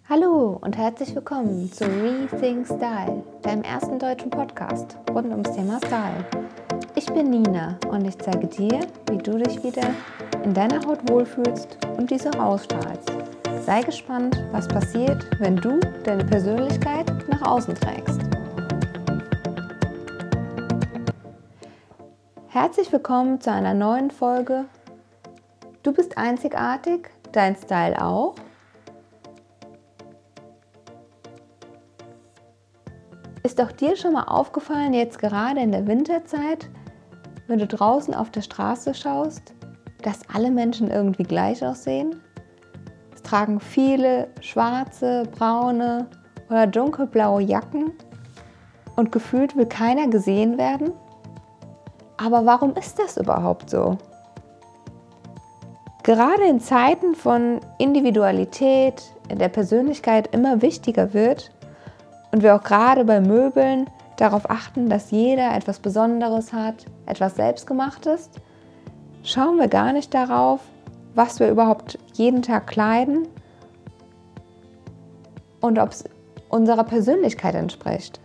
Hallo und herzlich willkommen zu Rethink Style, deinem ersten deutschen Podcast rund ums Thema Style. Ich bin Nina und ich zeige dir, wie du dich wieder in deiner Haut wohlfühlst und diese ausstrahlst. Sei gespannt, was passiert, wenn du deine Persönlichkeit nach außen trägst. Herzlich willkommen zu einer neuen Folge. Du bist einzigartig, dein Style auch. Ist auch dir schon mal aufgefallen, jetzt gerade in der Winterzeit, wenn du draußen auf der Straße schaust, dass alle Menschen irgendwie gleich aussehen? Es tragen viele schwarze, braune oder dunkelblaue Jacken und gefühlt will keiner gesehen werden. Aber warum ist das überhaupt so? Gerade in Zeiten von Individualität, in der Persönlichkeit immer wichtiger wird, und wir auch gerade bei Möbeln darauf achten, dass jeder etwas Besonderes hat, etwas Selbstgemachtes, schauen wir gar nicht darauf, was wir überhaupt jeden Tag kleiden und ob es unserer Persönlichkeit entspricht.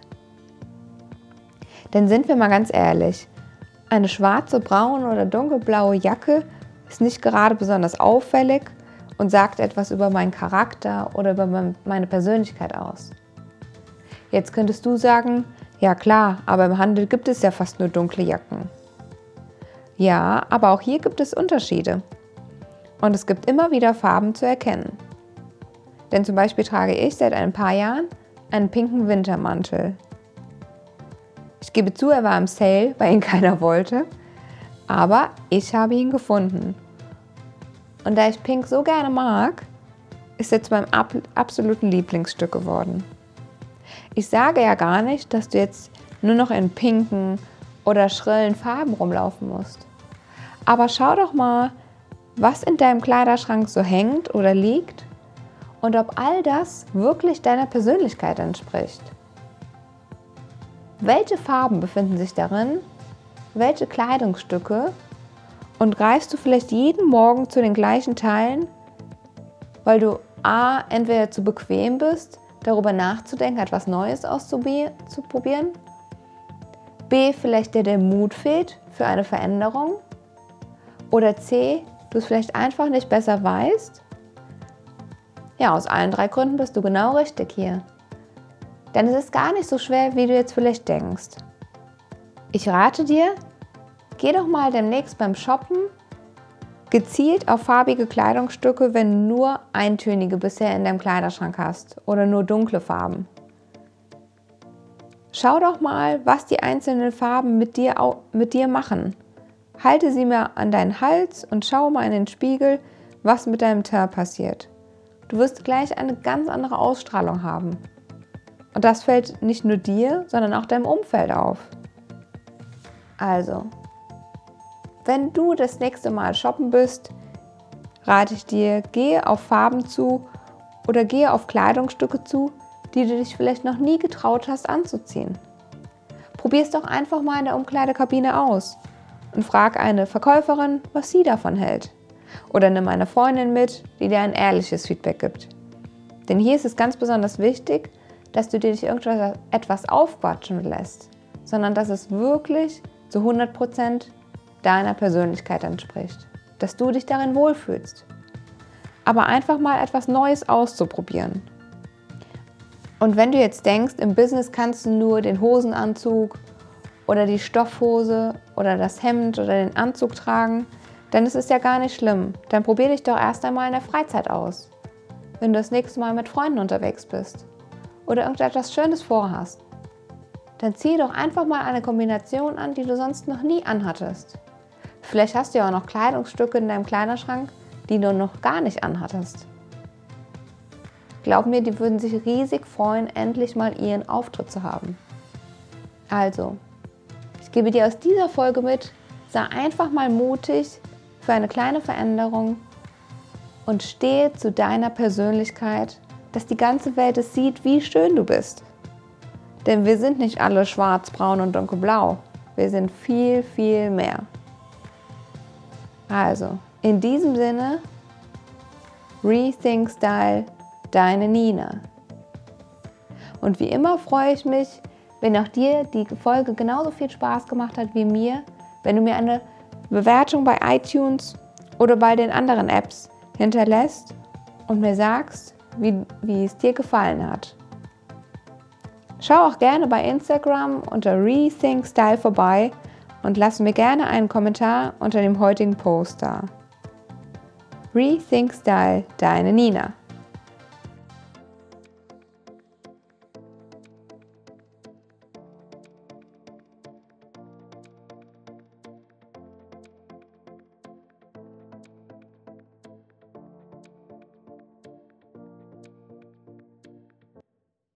Denn sind wir mal ganz ehrlich, eine schwarze, braune oder dunkelblaue Jacke ist nicht gerade besonders auffällig und sagt etwas über meinen Charakter oder über meine Persönlichkeit aus. Jetzt könntest du sagen, ja klar, aber im Handel gibt es ja fast nur dunkle Jacken. Ja, aber auch hier gibt es Unterschiede. Und es gibt immer wieder Farben zu erkennen. Denn zum Beispiel trage ich seit ein paar Jahren einen pinken Wintermantel. Ich gebe zu, er war im Sale, weil ihn keiner wollte. Aber ich habe ihn gefunden. Und da ich Pink so gerne mag, ist er zu meinem absoluten Lieblingsstück geworden. Ich sage ja gar nicht, dass du jetzt nur noch in pinken oder schrillen Farben rumlaufen musst. Aber schau doch mal, was in deinem Kleiderschrank so hängt oder liegt und ob all das wirklich deiner Persönlichkeit entspricht. Welche Farben befinden sich darin? Welche Kleidungsstücke? Und greifst du vielleicht jeden Morgen zu den gleichen Teilen, weil du A, entweder zu bequem bist, darüber nachzudenken, etwas Neues auszuprobieren. B, vielleicht dir der Mut fehlt für eine Veränderung. Oder C, du es vielleicht einfach nicht besser weißt. Ja, aus allen 3 Gründen bist du genau richtig hier. Denn es ist gar nicht so schwer, wie du jetzt vielleicht denkst. Ich rate dir, geh doch mal demnächst beim Shoppen gezielt auf farbige Kleidungsstücke, wenn du nur eintönige bisher in deinem Kleiderschrank hast oder nur dunkle Farben. Schau doch mal, was die einzelnen Farben mit dir machen. Halte sie mal an deinen Hals und schau mal in den Spiegel, was mit deinem Teint passiert. Du wirst gleich eine ganz andere Ausstrahlung haben. Und das fällt nicht nur dir, sondern auch deinem Umfeld auf. Also, wenn du das nächste Mal shoppen bist, rate ich dir, gehe auf Farben zu oder gehe auf Kleidungsstücke zu, die du dich vielleicht noch nie getraut hast anzuziehen. Probier es doch einfach mal in der Umkleidekabine aus und frag eine Verkäuferin, was sie davon hält. Oder nimm eine Freundin mit, die dir ein ehrliches Feedback gibt. Denn hier ist es ganz besonders wichtig, dass du dir nicht irgendetwas aufquatschen lässt, sondern dass es wirklich zu 100% deiner Persönlichkeit entspricht, dass du dich darin wohlfühlst. Aber einfach mal etwas Neues auszuprobieren. Und wenn du jetzt denkst, im Business kannst du nur den Hosenanzug oder die Stoffhose oder das Hemd oder den Anzug tragen, dann ist es ja gar nicht schlimm. Dann probier dich doch erst einmal in der Freizeit aus, wenn du das nächste Mal mit Freunden unterwegs bist oder irgendetwas Schönes vorhast. Dann zieh doch einfach mal eine Kombination an, die du sonst noch nie anhattest. Vielleicht hast du ja auch noch Kleidungsstücke in deinem Kleiderschrank, die du noch gar nicht anhattest. Glaub mir, die würden sich riesig freuen, endlich mal ihren Auftritt zu haben. Also, ich gebe dir aus dieser Folge mit, sei einfach mal mutig für eine kleine Veränderung und stehe zu deiner Persönlichkeit, dass die ganze Welt es sieht, wie schön du bist. Denn wir sind nicht alle schwarz, braun und dunkelblau. Wir sind viel, viel mehr. Also, in diesem Sinne, Rethink Style, deine Nina. Und wie immer freue ich mich, wenn auch dir die Folge genauso viel Spaß gemacht hat wie mir, wenn du mir eine Bewertung bei iTunes oder bei den anderen Apps hinterlässt und mir sagst, wie es dir gefallen hat. Schau auch gerne bei Instagram unter Rethink Style vorbei und lass mir gerne einen Kommentar unter dem heutigen Post da. Rethink Style, deine Nina.